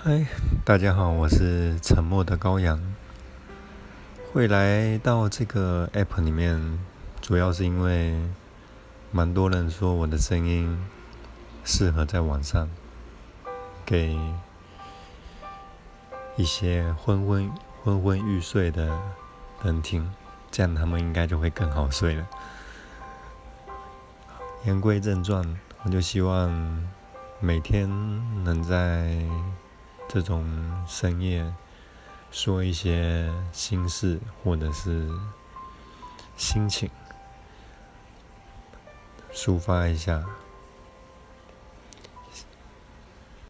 嗨，大家好，我是沉默的羔羊。会来到这个 app 里面，主要是因为蛮多人说我的声音适合在晚上给一些昏昏欲睡的人听，这样他们应该就会更好睡了。言归正传，我就希望每天能在这种深夜说一些心事或者是心情，抒发一下，